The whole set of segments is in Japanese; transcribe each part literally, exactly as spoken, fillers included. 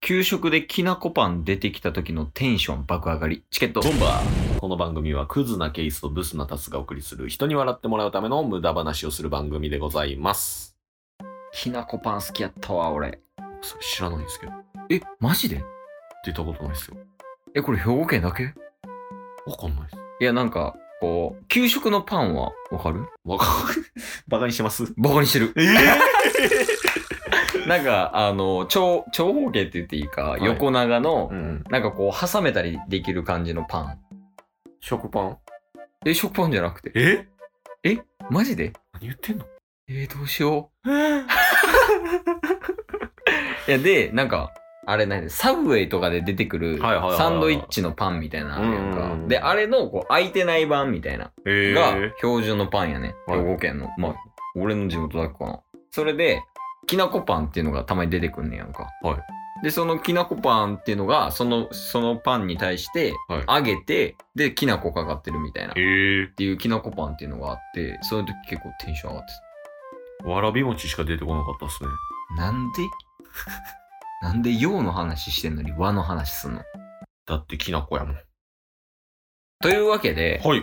給食できなこパン出てきた時のテンション爆上がり。チケット。 ボンバー。この番組はクズなケースとブスなタスがお送りする人に笑ってもらうための無駄話をする番組でございます。 きなこパン好きやったわ、俺。 それ知らないんですけど。 え、マジで？ 出たことないですよ。 え、これ兵庫県だけ？ わかんないです。 いや、なんか、こう、給食のパンはわかる？ わかんない。バカにしてます？ バカにしてる。 えー、なんか、あの、長、長方形って言っていいか、はい、横長の、うん、なんかこう、挟めたりできる感じのパン。 食パン？ え、食パンじゃなくて。 ええマジで？ 何言ってんの？ えー、どうしよう。いや、で、なんか、あれなんで、サブウェイとかで出てくるサンドイッチのパンみたいなのあるやんか。で、あれのこう空いてない版みたいなが標準のパンやね。兵庫県の。まあ、俺の地元だけかな。それで、きなこパンっていうのがたまに出てくんねやんか。 はい。 で、そのきなこパンっていうのが、その、そのパンに対して揚げて、はい、で、きなこかかってるみたいな。っていうきなこパンっていうのがあって、その時結構テンション上がってた。わらび餅しか出てこなかったっすね。 なんでなんで洋の話してんのに和の話すんの？ だってきなこやもん。 というわけで、 はい。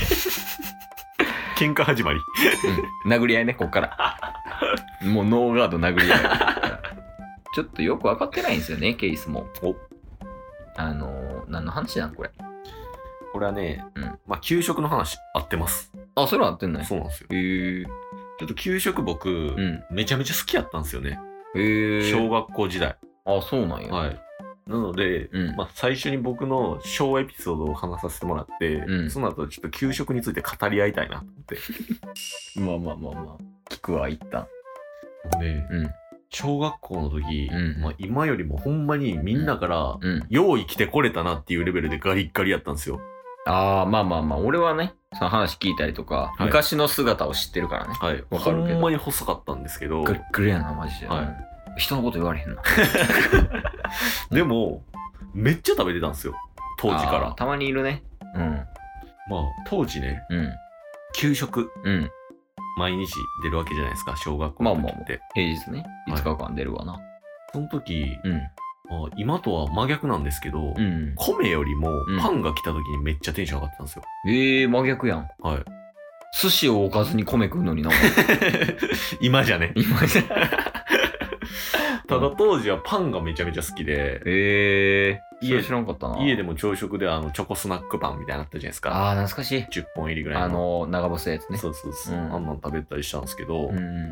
喧嘩始まり。 うん。殴り合いね、こっから。もうノーガード殴り合い。ちょっとよくわかってないんですよね、ケースも。 おあのー、何の話なんこれ。 これはね、 うん、 まあ、給食の話合ってます。 あ、それは合ってんの？ そうなんですよ。 へー。 ちょっと給食僕、うん、めちゃめちゃ好きやったんですよね。 へー。 小学校時代。 あ、そうなんや。 はい。なので、うん、まあ、最初に僕の小エピソードを話させてもらって、うん、その後ちょっと給食について語り合いたいなと思って。 まあまあまあまあ。聞くわ、一旦。 ね、うん、小学校の時、 うんまあ、今よりもほんまにみんなから、うん、よう生きてこれたなっていうレベルでガリッガリやったんですよ。 ああ、まあまあまあ、俺はね、その話聞いたりとか、はい、昔の姿を知ってるからね。 はい。わかるけど。ほんまに細かったんですけど。 ガリッガリやな、マジで。 はい。 人のこと言われへんな。 でも、めっちゃ食べてたんですよ。当時から。 たまにいるね。うん。 まあ、当時ね、 うん、 給食、 うん、 毎日出るわけじゃないですか、小学校の時って。まあまあ、 平日ね。いつかかん出るわな。はい、 その時、 うん、 まあ、今とは真逆なんですけど、 うん、 米よりもパンが来た時にめっちゃテンション上がってたんですよ。 うん、ええー、真逆やん。 はい。 寿司を置かずに米食うのにな。 今じゃね。 今じゃ。 ただ当時はパンがめちゃめちゃ好きで、 えー、家知らんかったな。 家でも朝食であのチョコスナックパンみたいなのあったじゃないですか。 ああ、懐かしい。 じゅっぽん入りぐらいの。 あの、長細いやつね。 そうそうそう。うん、あんなん食べたりしたんですけど、 うん、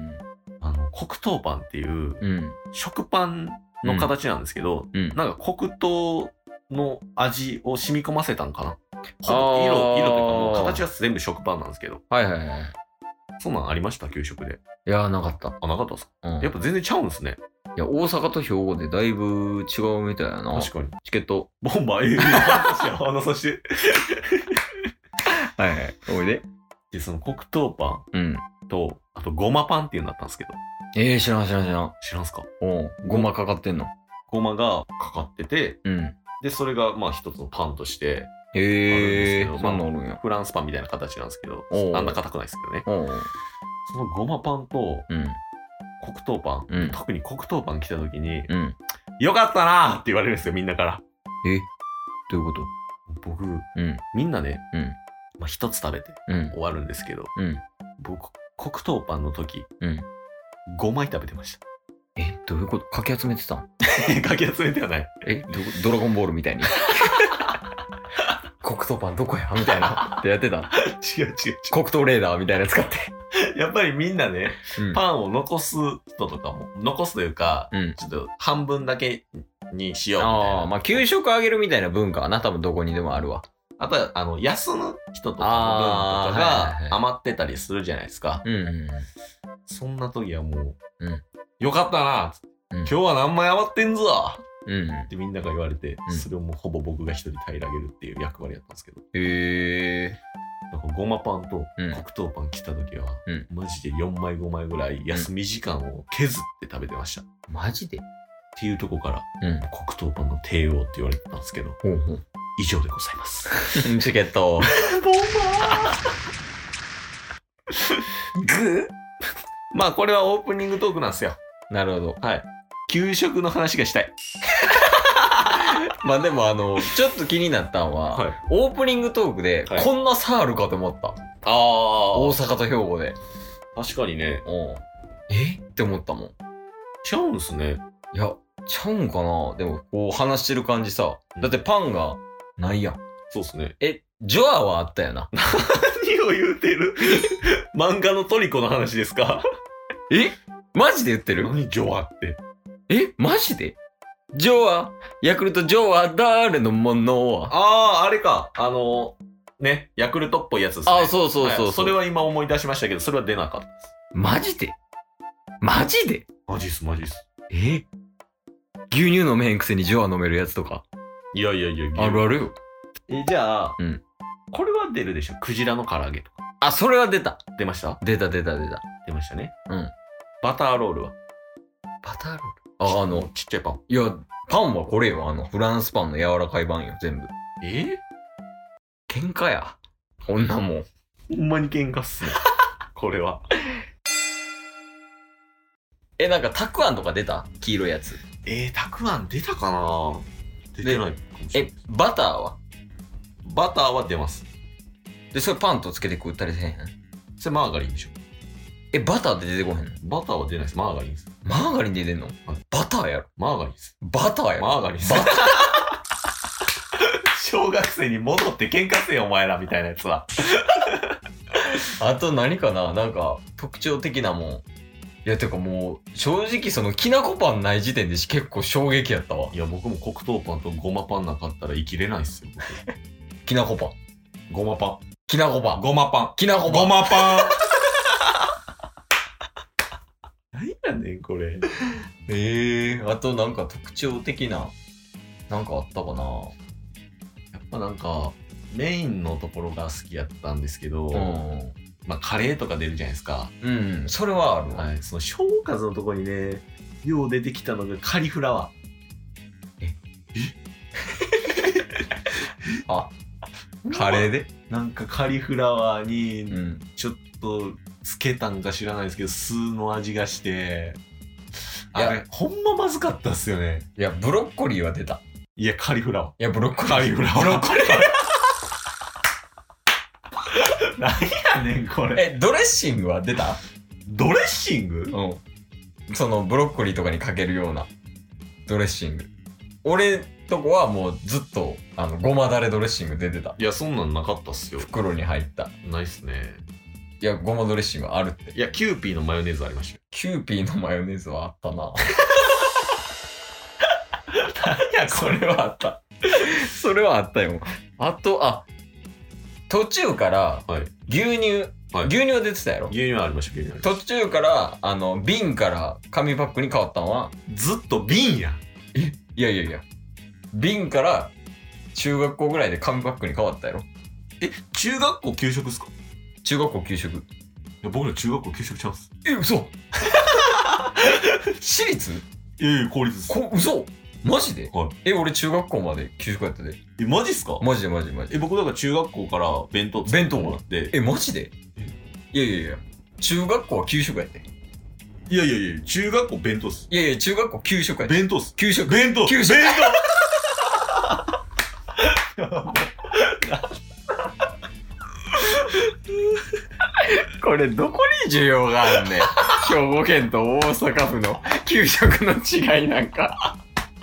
あの、黒糖パンっていう、 うん、 食パンの形なんですけど、 うん、 なんか黒糖の味を染み込ませたんかな。色、色というかもう形は全部食パンなんですけど。 はいはいはい。 そんなんありました給食で。 いやー、なかった。 あ、なかったですか、うん、やっぱ全然ちゃうんですね。 いや、大阪と兵庫でだいぶ違うみたいやな。 確かに。 チケット。 ボンバー、ええー、話や、話させて。 はいはい。おいで。 で、その黒糖パンと、 うん、 あとごまパンっていうのだったんですけど。 ええー、知らん知らん知らん。 知らんすか？ おう、ごまかかってんの？ ごまがかかってて、 うん。 で、それがまあ一つのパンとしてあるんへですけど、 えー、そんなんあるんや。 フランスパンみたいな形なんですけど、あんな硬くないですけどね。そのごまパンと黒糖パン、うん、特に黒糖パン来た時に、 うん、 よかったなーって言われるんですよ、みんなから。 え、どういうこと？ 僕、 うん、 みんなね、 うん、 まあ、一つ食べて終わるんですけど、 うん、 僕、黒糖パンの時、 うん、 ごまい食べてました。 え、どういうこと？かき集めてたん？ かき集めてはない。 え、ドラゴンボールみたいに。黒糖パンどこやみたいなってやってた。 違う違う違う。 黒糖レーダーみたいなやつ使って。 やっぱりみんなね、 うん、 パンを残す人とかも、残すというか、 うん、 ちょっと半分だけにしようみたいな。 ああ、まあ給食あげるみたいな文化はな、多分どこにでもあるわ。 あとは、あの、休む人とかの分とかが余ってたりするじゃないですか。 うんうんうん、 そんな時はもう、 うん、 よかったな、うん、今日は何枚余ってんぞうん、 ってみんなが言われて、 うん、 それをもうほぼ僕が一人平らげるっていう役割やったんですけど。 へえー。なんかごまパンと黒糖パン来た時は、うん、マジでよんまいごまいぐらい休み時間を削って食べてました。 うん、マジで？ っていうとこから、 うん、 黒糖パンの帝王って言われてたんですけど、 ほうほう、 以上でございます。 チケット。 ボンバーグーまあこれはオープニングトークなんですよ。 なるほど。 はい。給食の話がしたい。 まあでもあの、ちょっと気になったんは、はい、オープニングトークで、こんな差あるかと思った。はい、ああ。大阪と兵庫で。 確かにね。 うん。えって思ったもん。 ちゃうんすね。 いや、ちゃうんかな。でも、こう話してる感じさ。だってパンがないやん。 そうっすね。 え、ジョアはあったよな。 何を言うてる漫画のトリコの話ですか？ えマジで言ってる？ 何ジョアって。 えマジで？ジョア、ヤクルトジョア、誰のものは。 ああ、あれか。あの、ね、ヤクルトっぽいやつですね。 ああ、そうそうそうそう、はい。 それは今思い出しましたけど、それは出なかったです。 マジで？マジで？ マジっす、マジっす。 え牛乳飲めへんくせにジョア飲めるやつとか。 いやいやいや、 あるあるよ。 え、じゃあ、 うん。 これは出るでしょ。クジラの唐揚げとか。 あ、それは出た。 出ました？ 出た出た出た。 出ましたね。 うん。 バターロールは？ バターロール？あ、あの、 ちっちゃいパン。 いや、パンはこれよ。あの、フランスパンの柔らかいパンよ、全部。 え喧嘩や。こんなもん。 ほんまに喧嘩っすね。これは。 え、なんか、たくあんとか出た？黄色いやつ。 えー、たくあん出たかな？出てないかもしれない。 え、バターは？ バターは出ます。 で、それパンとつけて食ったりせえへん？ それマーガリンでしょ。 え、バターで出てこへんの？ バターは出ないです。マーガリンです。 マーガリンで出てんの？バターやろ。 マーガリンです。 バターやろ。 マーガリンです。バター小学生に戻って喧嘩せえお前らみたいなやつは。 あと何かな？なんか特徴的なもん。いやてかもう正直そのきなこパンない時点で結構衝撃やったわ。 いや僕も黒糖パンとごまパンなかったら生きれないっすよ。 きなこパン。 ごまパン。 きなこパン。 ごまパン。 きなこパン。 ごまパン。何やねんこれ。 ええー、あとなんか特徴的ななんかあったかな。 やっぱなんかメインのところが好きやったんですけど、うん、まあカレーとか出るじゃないですか。 うん、それはあるわ。 はい、その小数のところにね、よう出てきたのがカリフラワー。ええあ、カレーでなんかカリフラワーにちょっとつけたんか知らないですけど、酢の味がして、あれほんままずかったっすよね。 いやブロッコリーは出た。 いやカリフラワー。 いやブロッコリー。 カリフラワー。ブロッコリー。何やねんこれ。 え、ドレッシングは出た？ ドレッシング？ うん。そのブロッコリーとかにかけるようなドレッシング。俺とこはもうずっとあのごまだれドレッシング出てた。 いやそんなんなかったっすよ。 袋に入った。 ないっすね。 いやごまドレッシングあるって。 いやキューピーのマヨネーズありましたよ。 キューピーのマヨネーズはあったな。 何やそれはあった。それはあったよ。あとあ途中から牛乳、はい、牛乳は出てたやろ。 牛乳はありました。牛乳途中からあの瓶から紙パックに変わったのはずっと瓶や。 えいやいやいや瓶から中学校ぐらいで紙パックに変わったやろ。 え中学校給食っすか？ 中学校給食。いや僕ら中学校給食ちゃうんす。 え嘘。私立？ いやいや公立です。 こ嘘マジで？ はい。 え俺中学校まで給食やったで。 えマジっすか？ マジでマジでマジで。 え僕だから中学校から弁当弁当もらって。 えマジで？いやいやいや中学校は給食やって。 いやいやいや中学校弁当っす。 いやいや中学校給食やって。 弁当っす。 給食。 弁当。 給食。 弁当。これどこに需要があるねん。兵庫県と大阪府の給食の違いなんか。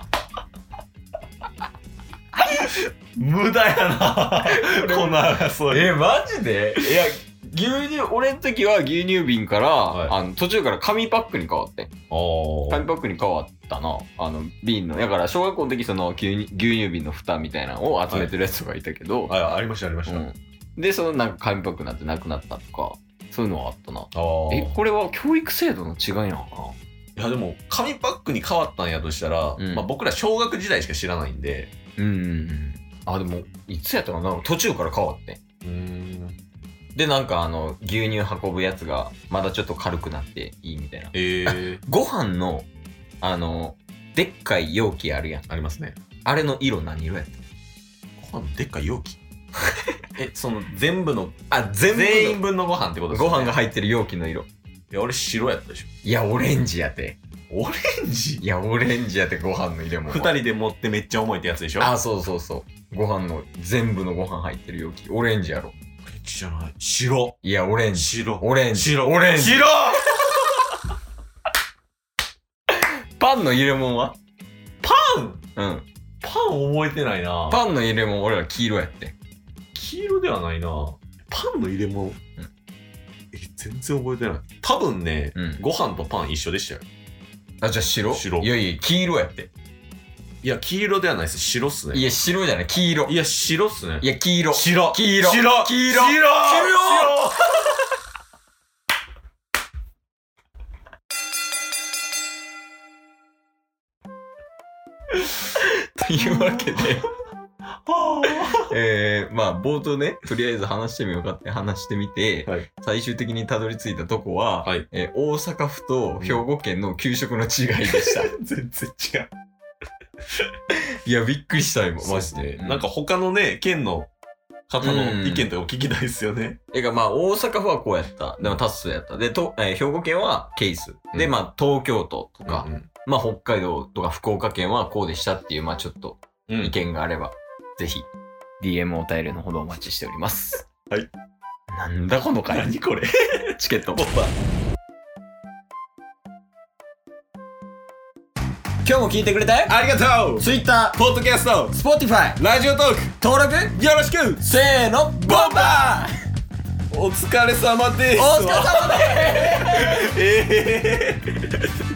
無駄やなこの争い。 えマジで？いや牛乳俺の時は牛乳瓶から、はい、あの途中から紙パックに変わって。紙パックに変わったな。あの瓶のだから小学校の時その牛乳、牛乳瓶の蓋みたいなのを集めてるやつがいたけど、 はい、あ, ありましたありました、うん、 でそのなんか紙パックになってなくなったとかそういうのはあったな。えこれは教育制度の違いなのかな。 いやでも紙パックに変わったんやとしたら、うんまあ、僕ら小学時代しか知らないんでうんうんうんあでもいつやったかな途中から変わってうーんでなんかあの牛乳運ぶやつがまだちょっと軽くなっていいみたいな。 えー、 ご飯のあのでっかい容器あるやん。 ありますね。 あれの色何色やった？ ご飯のでっかい容器えその全部のあ全部全員分のご飯ってことですか？ご飯が入ってる容器の色。 いや俺白やったでしょ。 いやオレンジやて。 オレンジいや、オレンジやってご飯の入れ物。 二人で持ってめっちゃ重いってやつでしょ。 あ、そうそうそう。ご飯の、全部のご飯入ってる容器。オレンジやろ。 オレンジじゃない。白。 いや、オレンジ。 白。 オレンジ。 白。 オレンジ。 白パンの入れ物はパンうん。 パン覚えてないな。 パンの入れ物俺ら黄色やって。 黄色ではないな。パンの入れ物、うん、え、全然覚えてない。多分ね、うん、ご飯とパン一緒でしたよ。 あ、じゃあ白？ 白。 いやいや、黄色やって。 いや、黄色ではないです。白っすね。 いや、白じゃない。黄色。 いや、白っすね。 いや、黄色。 白。 黄色。 白。 黄色。 黄色。黄色。 というわけでえー、まあ冒頭ね、とりあえず話してみようかって話してみて、はい、最終的にたどり着いたとこは、はい、えー、大阪府と兵庫県の給食の違いでした。 全然違う。 いや、びっくりした今、マジで。 うん、なんか他のね、県の方の意見とか聞きたいですよね。 えか、まあ大阪府はこうやった。でもタスやった。で、とえー、兵庫県はケース。で、まあ東京都とか、うんうん、まあ北海道とか福岡県はこうでしたっていう、まあちょっと意見があれば、うん、ぜひ ディーエム お便りのほどお待ちしております。 はい。 なんだこの回。 何これチケットボンバー。今日も聞いてくれてありがとう。 Twitter、 ポッドキャスト、 Spotify、 ラジオトーク登録よろしく。 せーの、ボンバー。お疲れ様です。 お疲れ様です。 えー